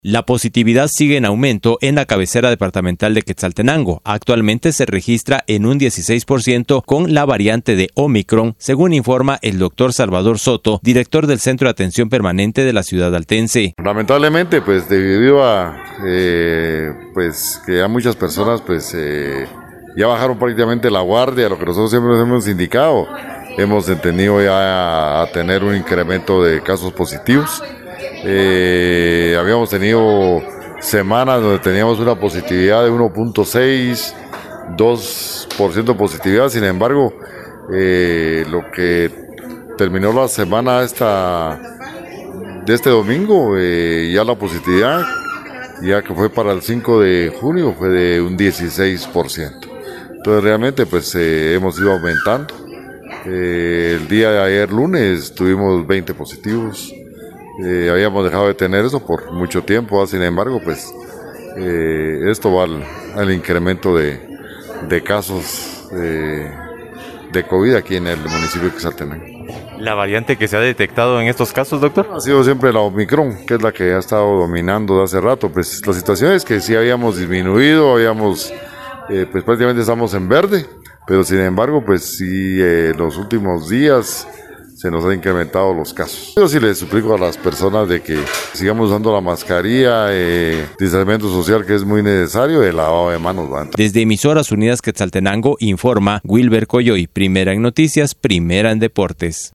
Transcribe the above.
La positividad sigue en aumento en la cabecera departamental de Quetzaltenango. Actualmente se registra en un 16% con la variante de Omicron, según informa el doctor Salvador Soto, director del Centro de Atención Permanente de la ciudad altense. Lamentablemente, pues debido a pues que ya muchas personas ya bajaron prácticamente la guardia, lo que nosotros siempre nos hemos indicado, hemos entendido ya a tener un incremento de casos positivos. Habíamos tenido semanas donde teníamos una positividad de 1.6, 2% positividad. Sin embargo, lo que terminó la semana de este domingo, ya la positividad, ya que fue para el 5 de junio, fue de un 16%. Entonces realmente hemos ido aumentando. El día de ayer lunes tuvimos 20 positivos. Habíamos dejado de tener eso por mucho tiempo, sin embargo, esto va al incremento de casos de COVID aquí en el municipio de Quetzaltenango. ¿La variante que se ha detectado en estos casos, doctor? Ha sido siempre la Omicron, que es la que ha estado dominando de hace rato. Pues la situación es que sí habíamos disminuido, prácticamente estamos en verde, pero sin embargo, los últimos días se nos han incrementado los casos. Yo sí les suplico a las personas de que sigamos usando la mascarilla, distanciamiento social que es muy necesario, el lavado de manos. Desde Emisoras Unidas Quetzaltenango informa Wilber Coyoy, primera en noticias, primera en deportes.